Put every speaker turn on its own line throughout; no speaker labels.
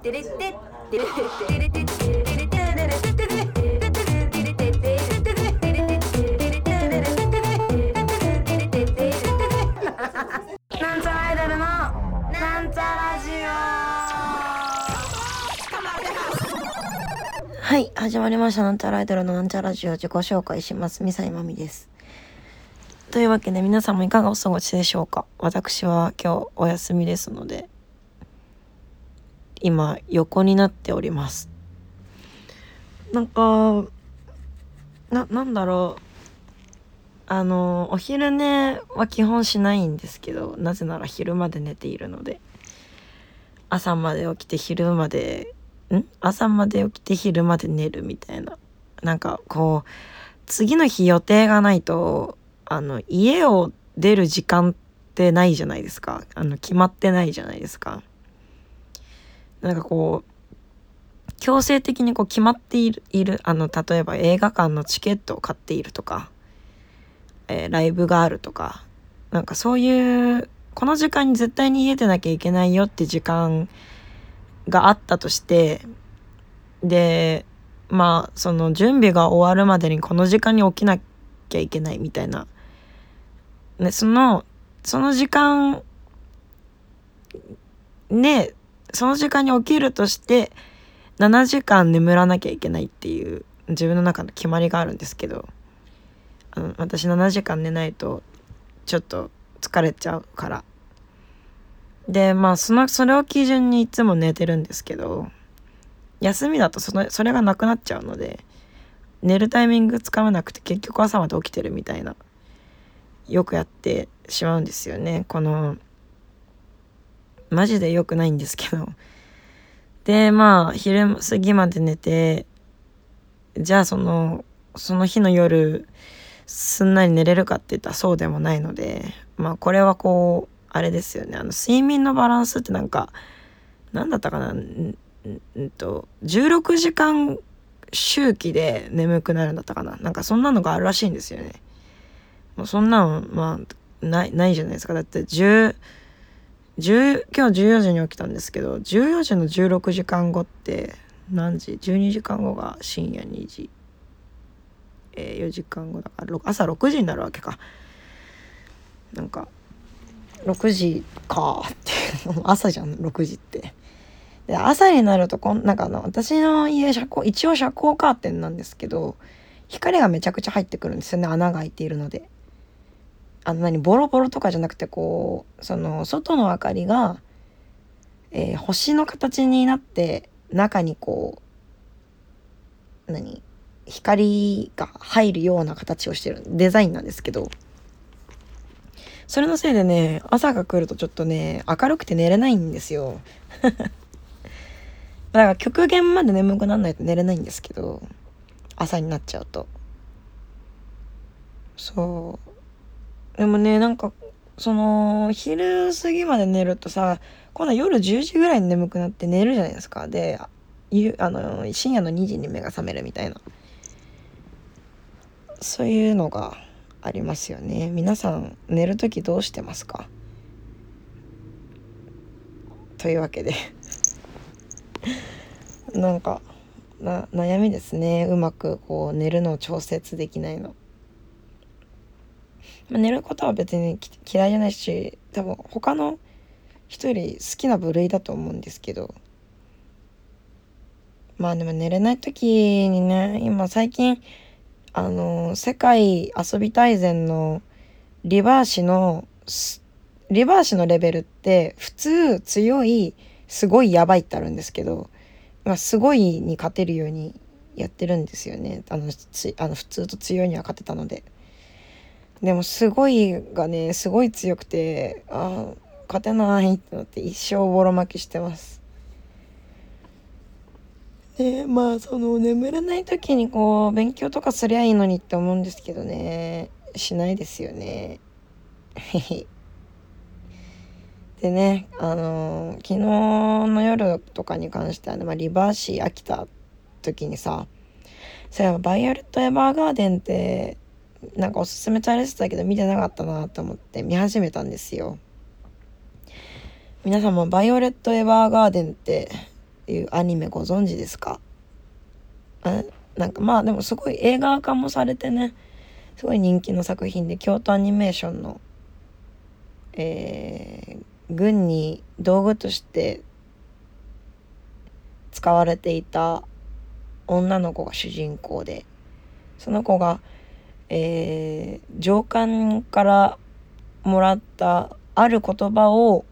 なんちゃらアイドルのなんちゃラジオ。はい、始まりました。なんちゃらアイドルのなんちゃラジオ。自己紹介します。ミサイマミです。というわけで皆さんもいかがお過ごしでしょうか。私は今日お休みですので今横になっております。なんだろう、お昼寝は基本しないんですけど、なぜなら昼まで寝ているので、朝まで起きて昼まで寝るみたいな、なんかこう次の日予定がないと家を出る時間ってないじゃないですか。決まってないじゃないですか。なんかこう強制的にこう決まっている例えば映画館のチケットを買っているとか、ライブがあるとか、なんかそういうこの時間に絶対に家出なきゃいけないよって時間があったとして、でまあその準備が終わるまでにこの時間に起きなきゃいけないみたいな、ね、その時間ね、その時間に起きるとして7時間眠らなきゃいけないっていう自分の中の決まりがあるんですけど、私7時間寝ないとちょっと疲れちゃうから。でまあそれを基準にいつも寝てるんですけど、休みだとそれがなくなっちゃうので、寝るタイミングつかめなくて結局朝まで起きてるみたいな、よくやってしまうんですよね。マジで良くないんですけど。でまあ昼過ぎまで寝て、じゃあその日の夜すんなり寝れるかって言ったらそうでもないので、まあこれはこうあれですよね。睡眠のバランスってなんだったかな、16時間周期で眠くなるんだったかな、なんかそんなのがあるらしいんですよね。もうそんなのまあないじゃないですか。だって今日14時に起きたんですけど、14時の16時間後って何時？12時間後が深夜2時、4時間後だから朝6時になるわけか。なんか6時かって朝じゃん6時って。で朝になるとなんか私の家一応遮光カーテンなんですけど、光がめちゃくちゃ入ってくるんですよね。穴が開いているので、ボロボロとかじゃなくて、こうその外の明かりが、星の形になって中にこう光が入るような形をしてるデザインなんですけど、それのせいでね、朝が来るとちょっとね明るくて寝れないんですよだから極限まで眠くならないと寝れないんですけど、朝になっちゃうと。そうでもね、なんか昼過ぎまで寝るとさ、今度は夜10時ぐらいに眠くなって寝るじゃないですか。で深夜の2時に目が覚めるみたいな、そういうのがありますよね。皆さん寝るときどうしてますか？というわけでなんか悩みですね。うまくこう寝るのを調節できないの。寝ることは別に嫌いじゃないし、多分他の人より好きな部類だと思うんですけど、まあでも寝れない時にね、今最近世界遊び大全のリバーシのレベルって普通強いすごいやばいってあるんですけど、すごいに勝てるようにやってるんですよね。普通と強いには勝てたので。でもすごいがねすごい強くて、勝てないってなって一生ボロ負けしてます。でまあ眠れない時にこう勉強とかすりゃいいのにって思うんですけどね、しないですよねでね、昨日の夜とかに関しては、リバーシー飽きた時にさ、それはバイオレット・エヴァーガーデンってなんかおすすめされてたけど見てなかったなと思って見始めたんですよ。皆さんもバイオレット・エヴァーガーデンっていうアニメご存知ですか？なんかまあでもすごい映画化もされてね、すごい人気の作品で、京都アニメーションの、軍に道具として使われていた女の子が主人公で、その子が、上官からもらったある言葉を、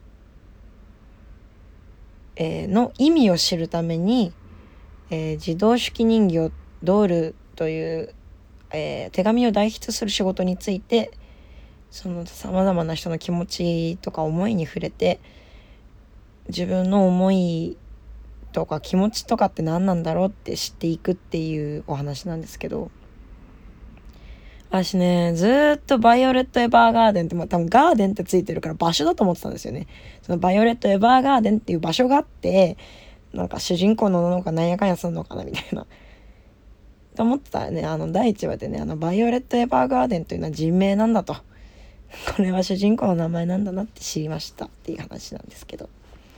の意味を知るために、自動手記人形ドールという、手紙を代筆する仕事について、そのさまざまな人の気持ちとか思いに触れて、自分の思いとか気持ちとかって何なんだろうって知っていくっていうお話なんですけど、私ね、ずーっとバイオレット・エヴァーガーデンって、多分ガーデンってついてるから場所だと思ってたんですよね。そのバイオレット・エヴァーガーデンっていう場所があって、なんか主人公ののかなんやかんやするのかなみたいな。と思ってたらね、第1話でね、バイオレット・エヴァーガーデンというのは人名なんだと。これは主人公の名前なんだなって知りましたっていう話なんですけど。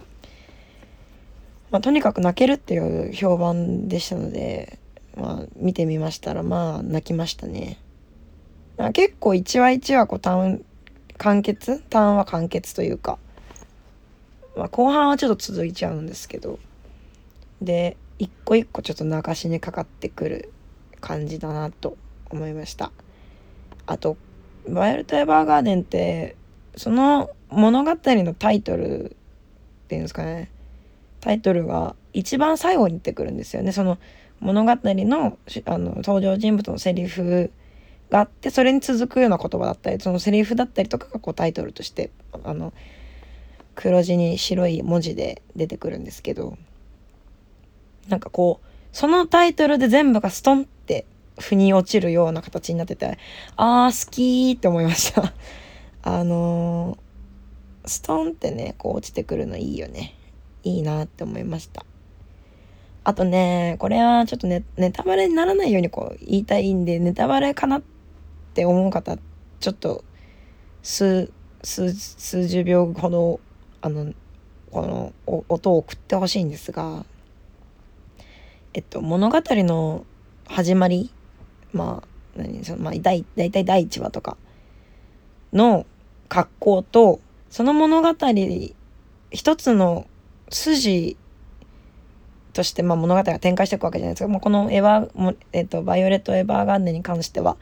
とにかく泣けるっていう評判でしたので、見てみましたら、泣きましたね。結構一話一話単話完結というか、後半はちょっと続いちゃうんですけど、で一個一個ちょっと流しにかかってくる感じだなと思いました。あとバイオレット・エヴァーガーデンって、その物語のタイトルっていうんですかね、タイトルが一番最後に出てくるんですよね。その物語の登場人物のセリフがあって、それに続くような言葉だったり、そのセリフだったりとかがタイトルとして黒字に白い文字で出てくるんですけど、なんかそのタイトルで全部がストンって腑に落ちるような形になってて、好きーって思いましたストンってね落ちてくるのいいよね。いいなって思いました。あとね、これはちょっとネタバレにならないように言いたいんで、ネタバレかなって思う方、ちょっと数十秒ほどこの音を送ってほしいんですが、物語の始まり、だいたい第1話とかの格好と、その物語一つの筋として物語が展開していくわけじゃないですか。このバイオレット・エヴァーガーデンに関しては、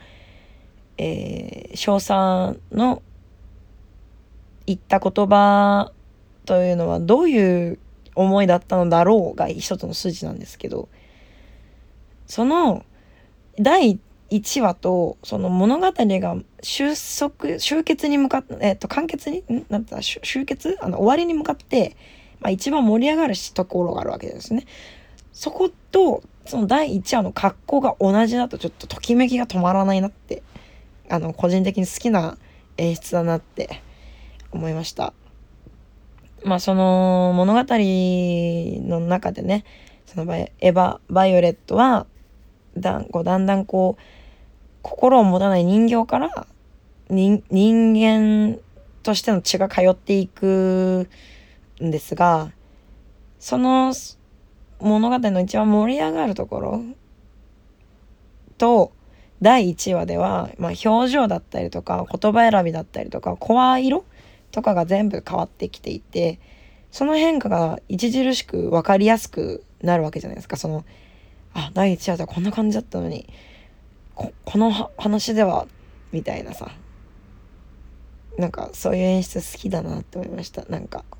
翔さんの言った言葉というのはどういう思いだったのだろうが一つの筋なんですけど、その第1話とその物語が終結に向かって、完結に終結終わりに向かって、一番盛り上がるところがあるわけですね。そことその第1話の格好が同じだと、ちょっとときめきが止まらないなって、個人的に好きな演出だなって思いました。その物語の中でね、そのバイオレットはだんだん心を持たない人形から人間としての血が通っていくんですが、その物語の一番盛り上がるところと第1話では、表情だったりとか言葉選びだったりとか声色とかが全部変わってきていて、その変化が著しく分かりやすくなるわけじゃないですか。第1話ではこんな感じだったのに、この話ではみたいなさ、なんかそういう演出好きだなって思いました。なんか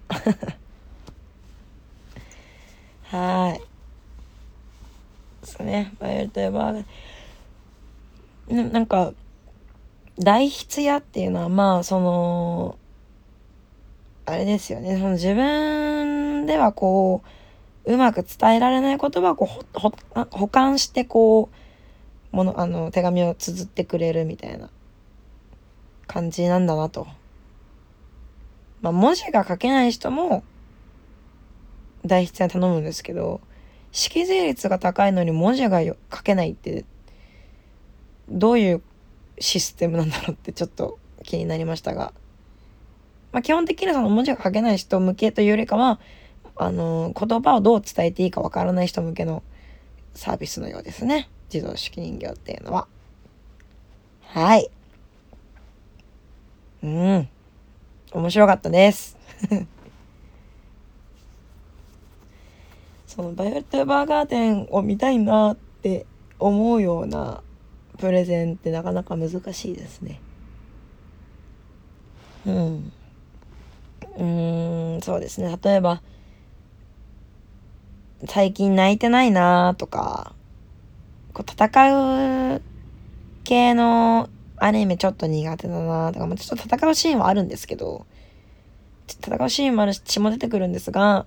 はいですね。バイオレット・エヴァーなんか代筆屋っていうのはあれですよね。その自分ではうまく伝えられない言葉を保管して手紙を綴ってくれるみたいな感じなんだなと。文字が書けない人も代筆屋頼むんですけど、識字率が高いのに文字が書けないってどういうシステムなんだろうってちょっと気になりましたが、基本的にはその文字が書けない人向けというよりかは、 言葉をどう伝えていいかわからない人向けのサービスのようですね。自動手記人形っていうのは。はい。面白かったです。そのバイオレット・エヴァーガーデンを見たいなって思うようなプレゼンってなかなか難しいですね。そうですね。例えば、最近泣いてないなとか、こう戦う系のアニメちょっと苦手だなとか、ちょっと戦うシーンはあるんですけど、戦うシーンもあるし血も出てくるんですが、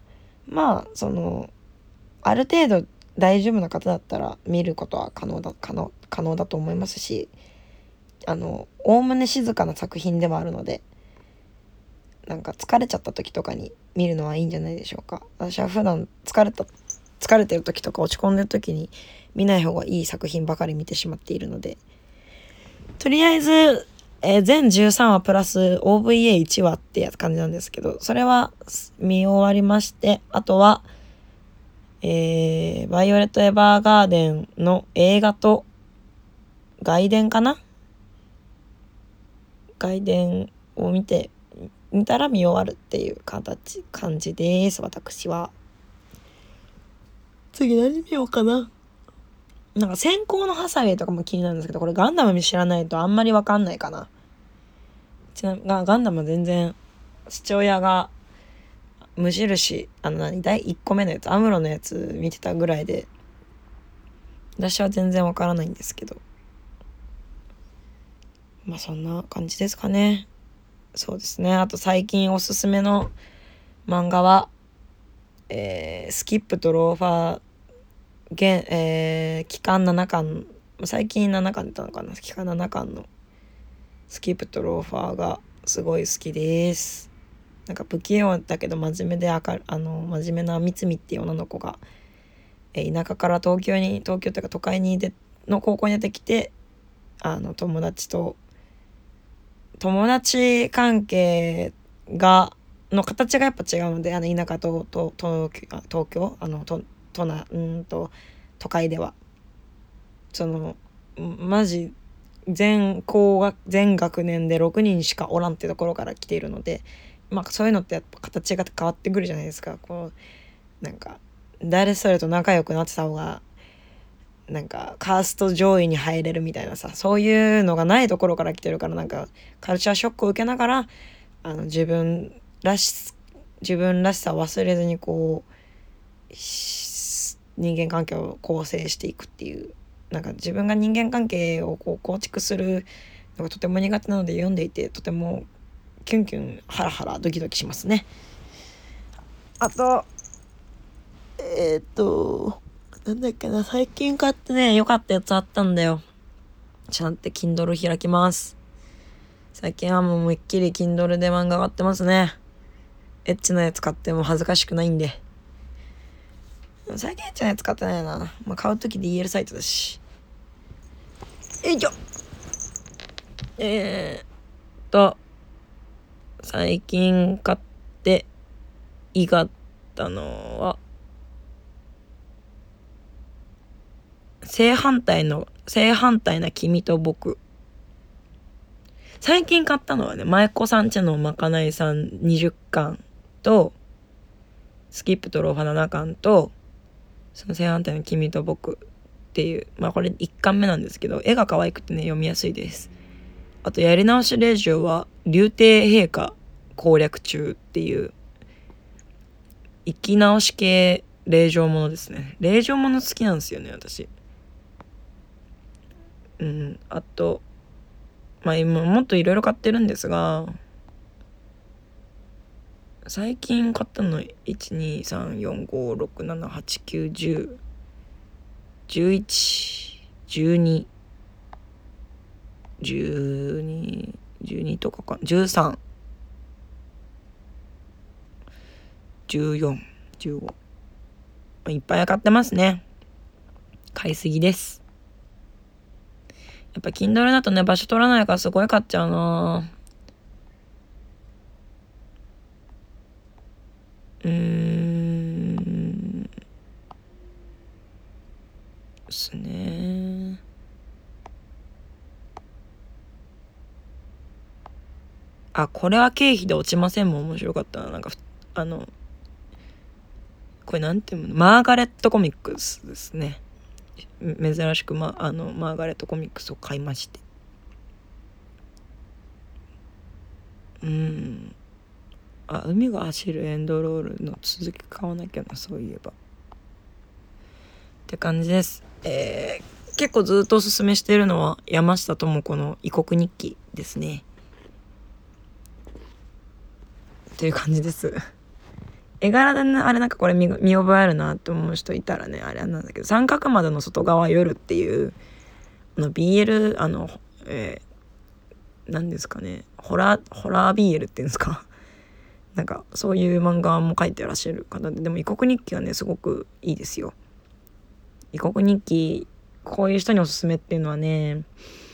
ある程度大丈夫な方だったら見ることは可能だと思いますし、おおむね静かな作品ではあるので、なんか疲れちゃった時とかに見るのはいいんじゃないでしょうか。私は普段疲れてる時とか落ち込んでる時に見ない方がいい作品ばかり見てしまっているので、とりあえず、全13話プラス OVA1 話ってやつ感じなんですけど、それは見終わりまして、あとは、バイオレット・エヴァーガーデンの映画と外伝かな、外伝を見たら見終わるっていう感じです。私は。次何見ようかな。なんか先行のハサウェイとかも気になるんですけど、これガンダム知らないとあんまりわかんないかな。ガンダム全然父親が無印第1個目のやつアムロのやつ見てたぐらいで、私は全然わからないんですけど、そんな感じですかね。そうですね。あと最近おすすめの漫画は、スキップとローファー期間7巻、最近7巻出たのかな、期間7巻のスキップとローファーがすごい好きです。なんか不器用だけど真面目で真面目なみつみっていう女の子が、田舎から東京っていうか都会の高校に出てきて、友達関係の形がやっぱ違うので、田舎と東京都会ではマジ全学年で6人しかおらんってところから来ているので、そういうのってやっぱ形が変わってくるじゃないですか。なんか誰それと仲良くなってた方がなんかカースト上位に入れるみたいなさ、そういうのがないところから来てるから、なんかカルチャーショックを受けながら自分らしさを忘れずに人間関係を構成していくっていう、なんか自分が人間関係を構築するのがとても苦手なので、読んでいてとてもキュンキュンハラハラドキドキしますね。あとなんだっけな、最近買ってね良かったやつあったんだよ。ちゃんと Kindle 開きます。最近はもう思いっきり Kindle で漫画買ってますね。エッチなやつ買っても恥ずかしくないんで。最近エッチなやつ買ってないな。買うとき DL サイトだし。よいしょ。最近買っていがったのは正反対な君と僕。最近買ったのはね、舞妓さんちのまかないさん20巻とスキップとローファ7巻とその正反対の君と僕っていう、これ1巻目なんですけど、絵が可愛くてね読みやすいです。あとやり直し令嬢は竜帝陛下攻略中っていう生き直し系令嬢ものですね。令嬢もの好きなんですよね、私。あと今もっといろいろ買ってるんですが、最近買ったの123456789101112とかか131415いっぱい買ってますね。買いすぎです。やっぱ Kindle だとね場所取らないからすごい買っちゃうな。 ですね。これは経費で落ちませんも面白かったな。なんかこれなんていうの、マーガレットコミックスですね。珍しくマーガレットコミックスを買いまして、海が走るエンドロールの続き買わなきゃな、そういえばって感じです。結構ずっとおすすめしているのは山下智子の異国日記ですねという感じです。絵柄でね、あれなんかこれ見覚えあるなって思う人いたらね、あれなんだけど、三角窓の外側夜っていうBL 何ですかね、ホラー BL っていうんですかなんかそういう漫画も描いてらっしゃる方で、でも異国日記はねすごくいいですよ。異国日記、こういう人におすすめっていうのはね、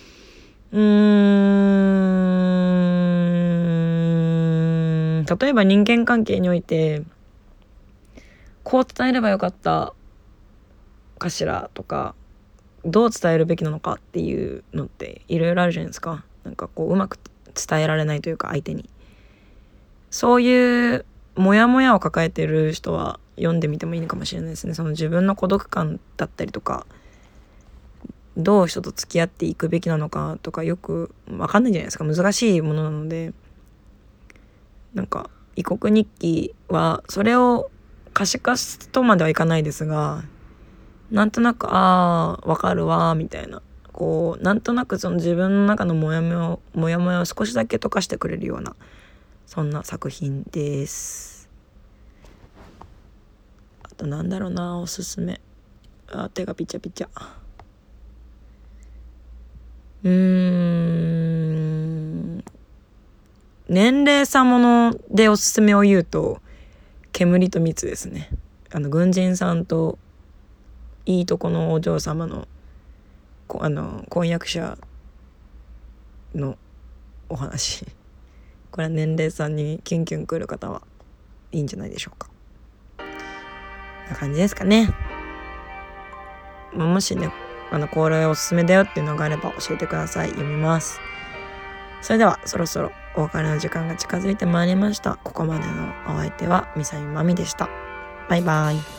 例えば人間関係においてこう伝えればよかったかしらとか、どう伝えるべきなのかっていうのっていろいろあるじゃないですか。なんかこううまく伝えられないというか、相手にそういうモヤモヤを抱えている人は読んでみてもいいのかもしれないですね。その自分の孤独感だったりとか、どう人と付き合っていくべきなのかとかよく分かんないじゃないですか。難しいものなので、なんか異国日記はそれを可視化とまではいかないですが、なんとなく分かるわみたいな、こうなんとなくその自分の中のモヤモヤを少しだけ溶かしてくれるような、そんな作品です。あとなんだろうな、おすすめ。手がピチャピチャ。年齢差ものでおすすめを言うと煙と蜜ですね。軍人さんといいとこのお嬢様の婚約者のお話。これは年齢差にキュンキュンくる方はいいんじゃないでしょうか。な感じですかね。もしねこれおすすめだよっていうのがあれば教えてください。読みます。それではそろそろお別れの時間が近づいてまいりました。ここまでのお相手はみさみまみでした。バイバイ。